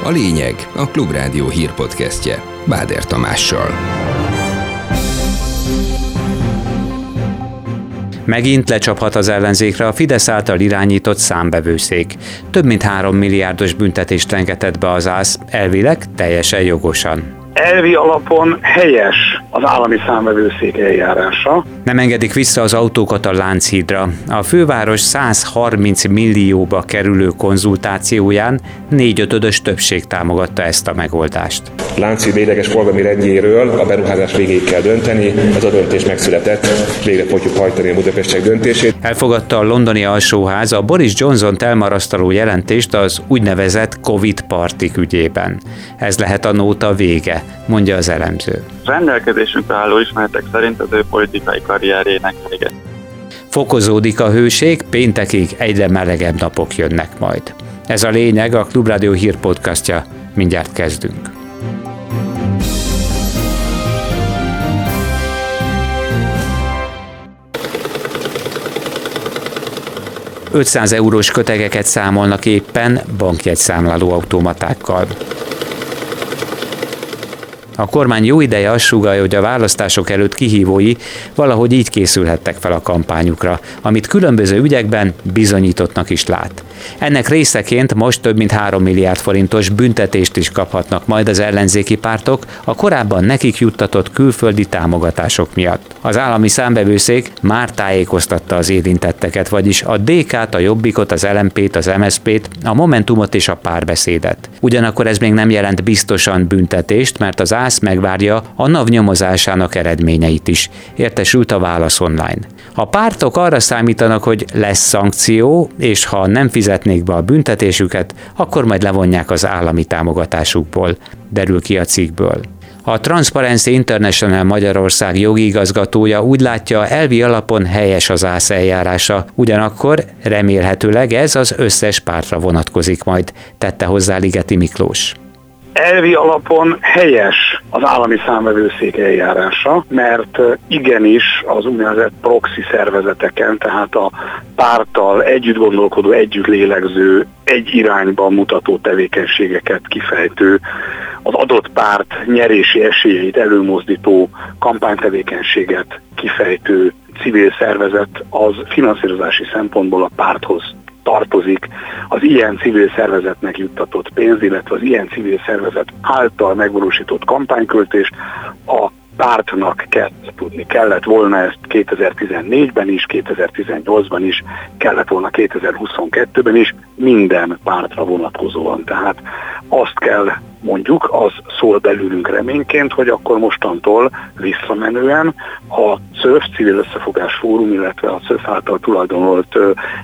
A lényeg a Klubrádió hírpodcastje Báder Tamással. Megint lecsaphat az ellenzékre a Fidesz által irányított számvevőszék. Több mint 3 milliárdos büntetést rengetett be az ÁSZ, elvileg teljesen jogosan. Elvi alapon helyes az állami számvevőszék eljárása. Nem engedik vissza az autókat a Lánchídra. A főváros 130 millióba kerülő konzultációján 4/5 többség támogatta ezt a megoldást. Lánchíd végleges forgalmi rendjéről a beruházás végéig kell dönteni, ez a döntés megszületett, végre fogjuk hajtani a budapestiek döntését. Elfogadta a londoni alsóház a Boris Johnson-t elmarasztaló jelentést az úgynevezett Covid partik ügyében. Ez lehet a nóta vége, mondja az elemző. Rendelkezésünkre álló ismeretek szerint az ő politikai karrierjének vége. Fokozódik a hőség, péntekig egyre melegebb napok jönnek majd. Ez a lényeg, a Klubrádió hírpodcastja. Mindjárt kezdünk. $500 eurós kötegeket számolnak éppen bankjegyszámláló automatákkal. A kormány jó ideje azt sugallja, hogy a választások előtt kihívói valahogy így készülhettek fel a kampányukra, amit különböző ügyekben bizonyítottnak is lát. Ennek részeként most több mint 3 milliárd forintos büntetést is kaphatnak majd az ellenzéki pártok a korábban nekik juttatott külföldi támogatások miatt. Az állami számvevőszék már tájékoztatta az érintetteket, vagyis a DK-t, a Jobbikot, az LMP-t, az MSZP-t, a Momentumot és a Párbeszédet. Ugyanakkor ez még nem jelent biztosan büntetést, mert az ÁSZ megvárja a NAV nyomozásának eredményeit is, értesült a Válasz Online. A pártok arra számítanak, hogy lesz szankció, és ha nem fizetnék be a büntetésüket, akkor majd levonják az állami támogatásukból, derül ki a cikkből. A Transparency International Magyarország jogi igazgatója úgy látja, elvi alapon helyes az ÁSZ eljárása, ugyanakkor remélhetőleg ez az összes pártra vonatkozik majd, tette hozzá Ligeti Miklós. Elvi alapon helyes az állami számvevőszék eljárása, mert igenis az úgynevezett proxy szervezeteken, tehát a párttal együtt gondolkodó, együtt lélegző, egy irányba mutató tevékenységeket kifejtő, az adott párt nyerési esélyeit előmozdító kampánytevékenységet kifejtő civil szervezet az finanszírozási szempontból a párthoz tartozik. Az ilyen civil szervezetnek juttatott pénz, illetve az ilyen civil szervezet által megvalósított kampányköltés a pártnak kellett volna ezt 2014-ben is, 2018-ban is, kellett volna 2022-ben is, minden pártra vonatkozóan. Tehát azt kell mondjuk, az szól belülünk reményként, hogy akkor mostantól visszamenően a CÖF, Civil Összefogás Fórum, illetve a CÖF által tulajdonolt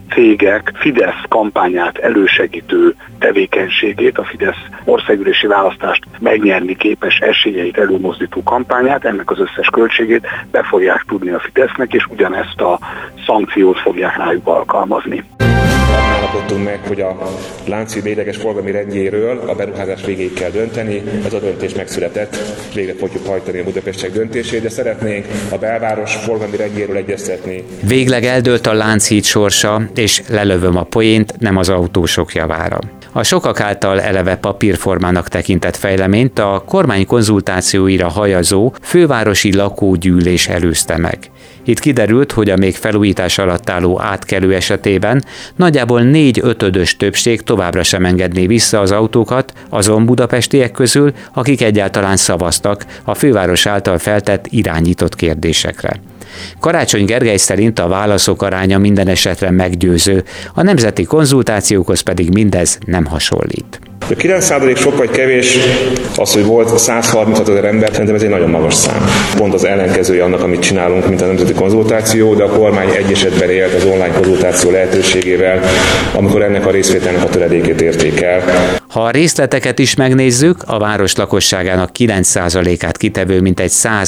cégek Fidesz kampányát elősegítő tevékenységét, a Fidesz országgyűlési választást megnyerni képes esélyeit előmozdító kampányát, ennek az összes költségét be fogják tudni a Fidesznek, és ugyanezt a szankciót fogják rájuk alkalmazni. Állapodtunk meg, hogy a Lánchíd végleges forgalmi rendjéről a beruházás végéig kell dönteni, ez a döntés megszületett, végre fogjuk hajtani a budapestiek döntését, de szeretnénk a belváros forgalmi rendjéről egyeztetni. Végleg eldőlt a Lánchíd sorsa, és lelövöm a poént, nem az autósok javára. A sokak által eleve papírformának tekintett fejleményt a kormány konzultációira hajazó fővárosi lakógyűlés előzte meg. Itt kiderült, hogy a még felújítás alatt álló átkelő esetében nagyjából 4/5 többség továbbra sem engedné vissza az autókat azon budapestiek közül, akik egyáltalán szavaztak a főváros által feltett irányított kérdésekre. Karácsony Gergely szerint a válaszok aránya minden esetre meggyőző, a nemzeti konzultációkhoz pedig mindez nem hasonlít. A 9% sok vagy kevés, az, hogy volt 136 000 ember, szerintem ez egy nagyon magas szám. Pont az ellenkezője annak, amit csinálunk, mint a nemzeti konzultáció, de a kormány egy esetben élt az online konzultáció lehetőségével, amikor ennek a részvételnek a töredékét értékel. Ha a részleteket is megnézzük, a város lakosságának 9%-át kitevő mintegy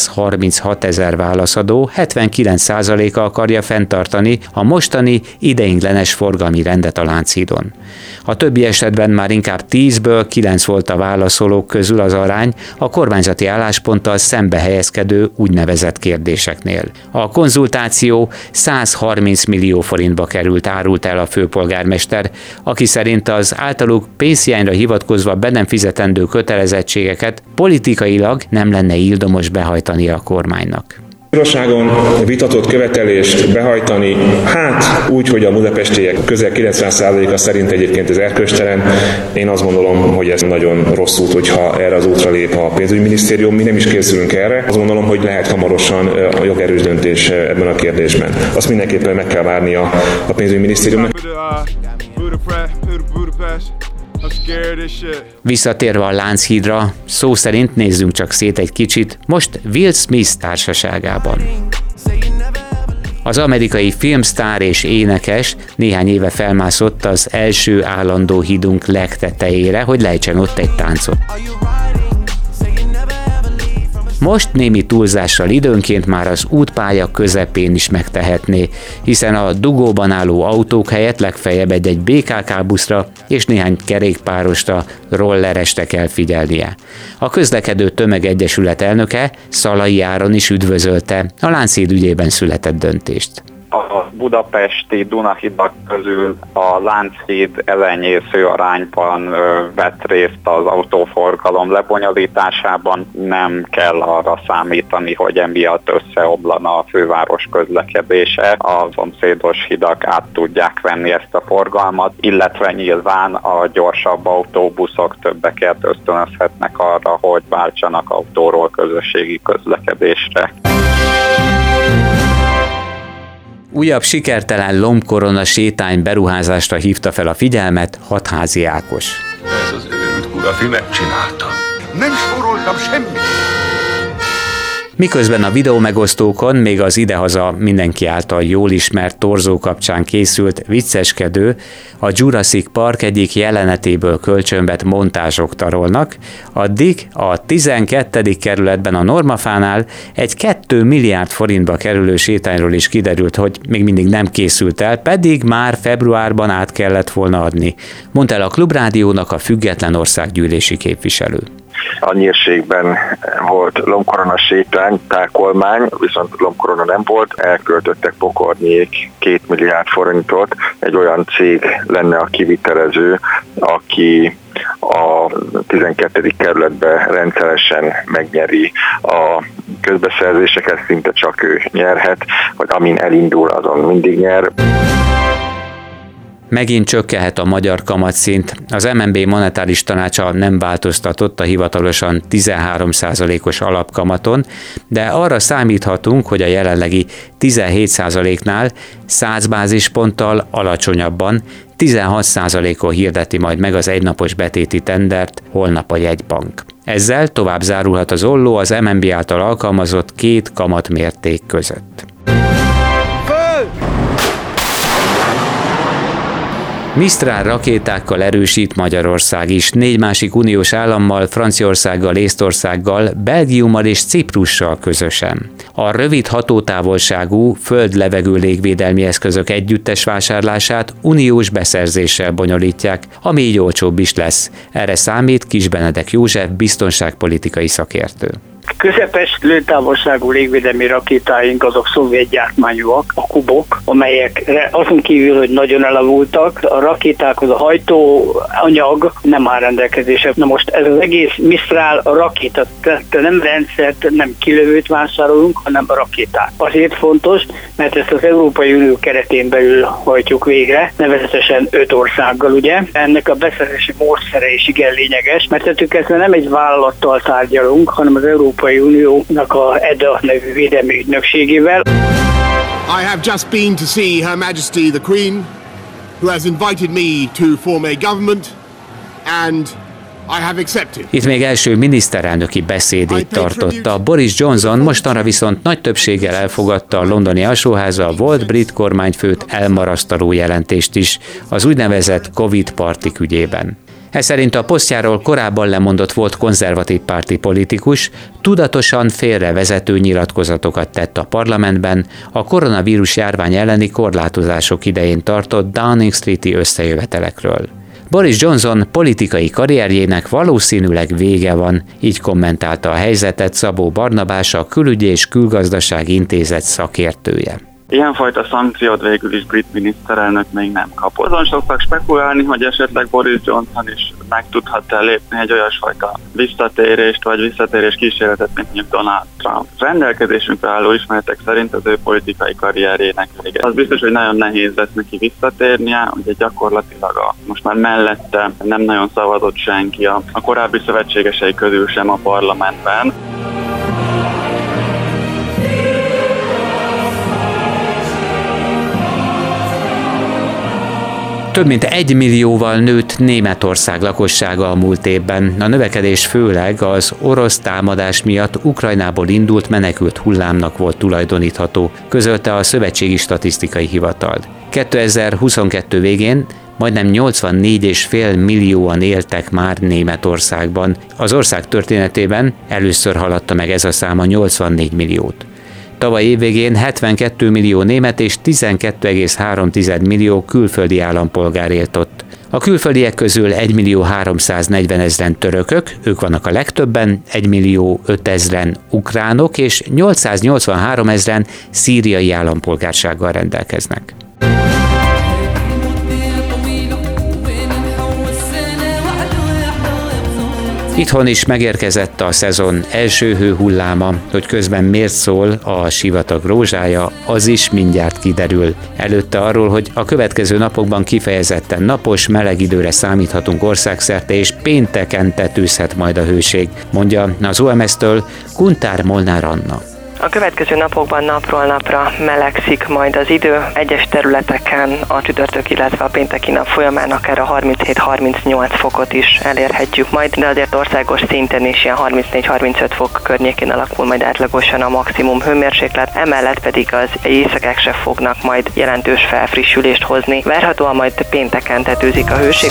136 000 válaszadó 79%-a akarja fenntartani a mostani ideiglenes forgalmi rendet a Lánchídon. A többi esetben már inkább 10 10-ből 9 volt a válaszolók közül az arány a kormányzati állásponttal szembe helyezkedő úgynevezett kérdéseknél. A konzultáció 130 millió forintba került, árult el a főpolgármester, aki szerint az általuk pénzhiányra hivatkozva be nem fizetendő kötelezettségeket politikailag nem lenne ildomos behajtani a kormánynak. Bíróságon vitatott követelést behajtani, hát úgy, hogy a budapestiek közel 90%-a szerint egyébként ez erkölcstelen. Én azt gondolom, hogy ez nagyon rossz út, hogyha erre az útra lép a pénzügyminisztérium. Mi nem is készülünk erre. Azt gondolom, hogy lehet hamarosan a jogerős döntés ebben a kérdésben. Azt mindenképpen meg kell várni a pénzügyminisztériumnak. Visszatérve a Lánchídra, szó szerint nézzünk csak szét egy kicsit, most Will Smith társaságában. Az amerikai filmsztár és énekes néhány éve felmászott az első állandó hídunk legtetejére, hogy lejtsen ott egy táncot. Most némi túlzással időnként már az útpálya közepén is megtehetné, hiszen a dugóban álló autók helyett legfeljebb egy BKK buszra és néhány kerékpárosra, rolleresre kell figyelnie. A közlekedő tömegegyesület elnöke, Szalai Áron is üdvözölte a Lánchíd ügyében született döntést. A budapesti Dunahidak közül a Lánchíd elenyésző arányban vett részt az autóforgalom lebonyolításában. Nem kell arra számítani, hogy emiatt összeomlana a főváros közlekedése. A szomszédos hidak át tudják venni ezt a forgalmat, illetve nyilván a gyorsabb autóbuszok többeket ösztönözhetnek arra, hogy váltsanak autóról közösségi közlekedésre. Újabb sikertelen lombkorona sétány beruházásra hívta fel a figyelmet Hatházi Ákos. Ez az őrült kurafi megcsinálta. Nem spóroltam semmit. Miközben a videómegosztókon még az idehaza mindenki által jól ismert torzó kapcsán készült vicceskedő, a Jurassic Park egyik jelenetéből kölcsönvett montázsok tarolnak, addig a 12. kerületben a Normafánál egy 2 milliárd forintba kerülő sétányról is kiderült, hogy még mindig nem készült el, pedig már februárban át kellett volna adni, mondta el a Klubrádiónak a független országgyűlési képviselő. A nyírségben volt lombkorona sétány, tákolmány, viszont lombkorona nem volt, elköltöttek pokornyék 2 milliárd forintot, egy olyan cég lenne a kivitelező, aki a 12. kerületben rendszeresen megnyeri a közbeszerzéseket, szinte csak ő nyerhet, vagy amin elindul, azon mindig nyer. Megint csökkenhet a magyar kamatszint. Az MNB monetáris tanácsa nem változtatott a hivatalosan 13%-os alapkamaton, de arra számíthatunk, hogy a jelenlegi 17%-nál 100 bázisponttal alacsonyabban 16%-on hirdeti majd meg az egynapos betéti tendert holnap a jegybank. Ezzel tovább zárulhat az olló az MNB által alkalmazott 2 kamatmérték között. Mistral rakétákkal erősít Magyarország is, 4 másik uniós állammal, Franciaországgal, Észtországgal, Belgiummal és Ciprussal közösen. A rövid hatótávolságú föld-levegő légvédelmi eszközök együttes vásárlását uniós beszerzéssel bonyolítják, ami így olcsóbb is lesz. Erre számít Kis Benedek József biztonságpolitikai szakértő. Közepes lőtávolságú légvédelmi rakétáink azok szovjet gyártmányúak, a kubok, amelyekre azon kívül, hogy nagyon elavultak, a rakétákhoz a hajtóanyag nem áll rendelkezésre. Na most ez az egész Mistral a rakéta, tehát nem rendszert, nem kilövőt vásárolunk, hanem a rakétát. Azért fontos, mert ezt az Európai Unió keretén belül hajtjuk végre, nevezetesen 5 országgal, ugye. Ennek a beszerzési módszere is igen lényeges, mert ettől nem egy vállalattal tárgyalunk, hanem az Európai Uniónak a EDA nevű védelmi ügynökségével. I have just been to see Her Majesty the Queen, who has invited me to form a government, and I have accepted. Itt még első miniszterelnöki beszédét tartotta. Boris Johnson mostanra viszont nagy többséggel elfogadta a londoni alsóháza a volt brit kormányfőt elmarasztaló jelentést is az úgynevezett Covid partik ügyében. Ez szerint a posztjáról korábban lemondott volt konzervatív párti politikus tudatosan félrevezető nyilatkozatokat tett a parlamentben a koronavírus járvány elleni korlátozások idején tartott Downing Street-i összejövetelekről. Boris Johnson politikai karrierjének valószínűleg vége van, így kommentálta a helyzetet Szabó Barnabás, a Külügyi és Külgazdasági Intézet szakértője. Ilyenfajta szankciót végül is brit miniszterelnök még nem kap. Azon szoktak spekulálni, hogy esetleg Boris Johnson is meg tudhat lépni egy olyasfajta visszatérést, vagy visszatérés kísérletet, mint mondjuk Donald Trump. Rendelkezésünkre álló ismeretek szerint az ő politikai karrierjének vége. Az biztos, hogy nagyon nehéz lesz neki visszatérnie, ugye gyakorlatilag most már mellette nem nagyon szavazott senki a korábbi szövetségesei közül sem a parlamentben. Több mint 1 millióval nőtt Németország lakossága a múlt évben. A növekedés főleg az orosz támadás miatt Ukrajnából indult menekült hullámnak volt tulajdonítható, közölte a Szövetségi Statisztikai Hivatal. 2022 végén majdnem 84,5 millióan éltek már Németországban. Az ország történetében először haladta meg ez a szám a 84 milliót. Tavaly évvégén 72 millió német és 12,3 millió külföldi állampolgár élt ott. A külföldiek közül 1.340.000 törökök, ők vannak a legtöbben, 1.005.000 ukránok és 883.000 szíriai állampolgársággal rendelkeznek. Itthon is megérkezett a szezon első hőhulláma, hogy közben miért szól a sivatag rózsája, az is mindjárt kiderül. Előtte arról, hogy a következő napokban kifejezetten napos, meleg időre számíthatunk országszerte, és pénteken tetőzhet majd a hőség, mondja az OMS-től Kuntár Molnár Anna. A következő napokban napról napra melegszik majd az idő. Egyes területeken a csütörtök, illetve a pénteki nap folyamán akár a 37-38 fokot is elérhetjük majd, de azért országos szinten is ilyen 34-35 fok környékén alakul majd átlagosan a maximum hőmérséklet, emellett pedig az éjszakák se fognak majd jelentős felfrissülést hozni. Várhatóan majd pénteken tetőzik a hőség.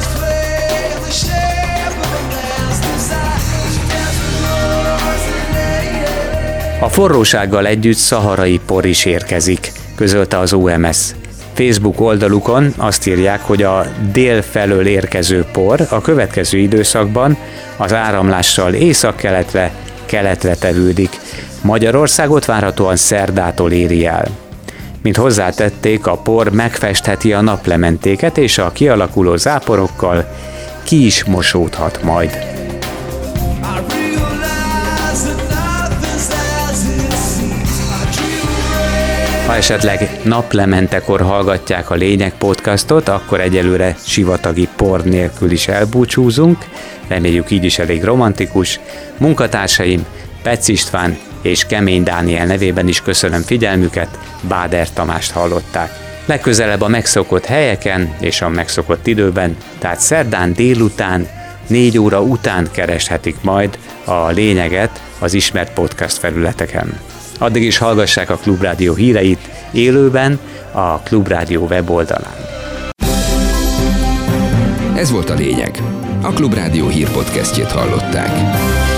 A forrósággal együtt szaharai por is érkezik, közölte az OMS. Facebook oldalukon azt írják, hogy a dél felől érkező por a következő időszakban az áramlással észak-keletre, keletre tevődik. Magyarországot várhatóan szerdától éri el. Mint hozzátették, a por megfestheti a naplementéket, és a kialakuló záporokkal ki is mosódhat majd. Ha esetleg naplementekor hallgatják a Lényeg podcastot, akkor egyelőre sivatagi por nélkül is elbúcsúzunk, reméljük így is elég romantikus. Munkatársaim Petsz István és Kemény Dániel nevében is köszönöm figyelmüket, Báder Tamást hallották. Legközelebb a megszokott helyeken és a megszokott időben, tehát szerdán délután, 4 óra után kereshetik majd a Lényeget az ismert podcast felületeken. Addig is hallgassák a Klubrádió híreit élőben a Klubrádió weboldalán. Ez volt a lényeg. A Klubrádió hírpodcastjét hallották.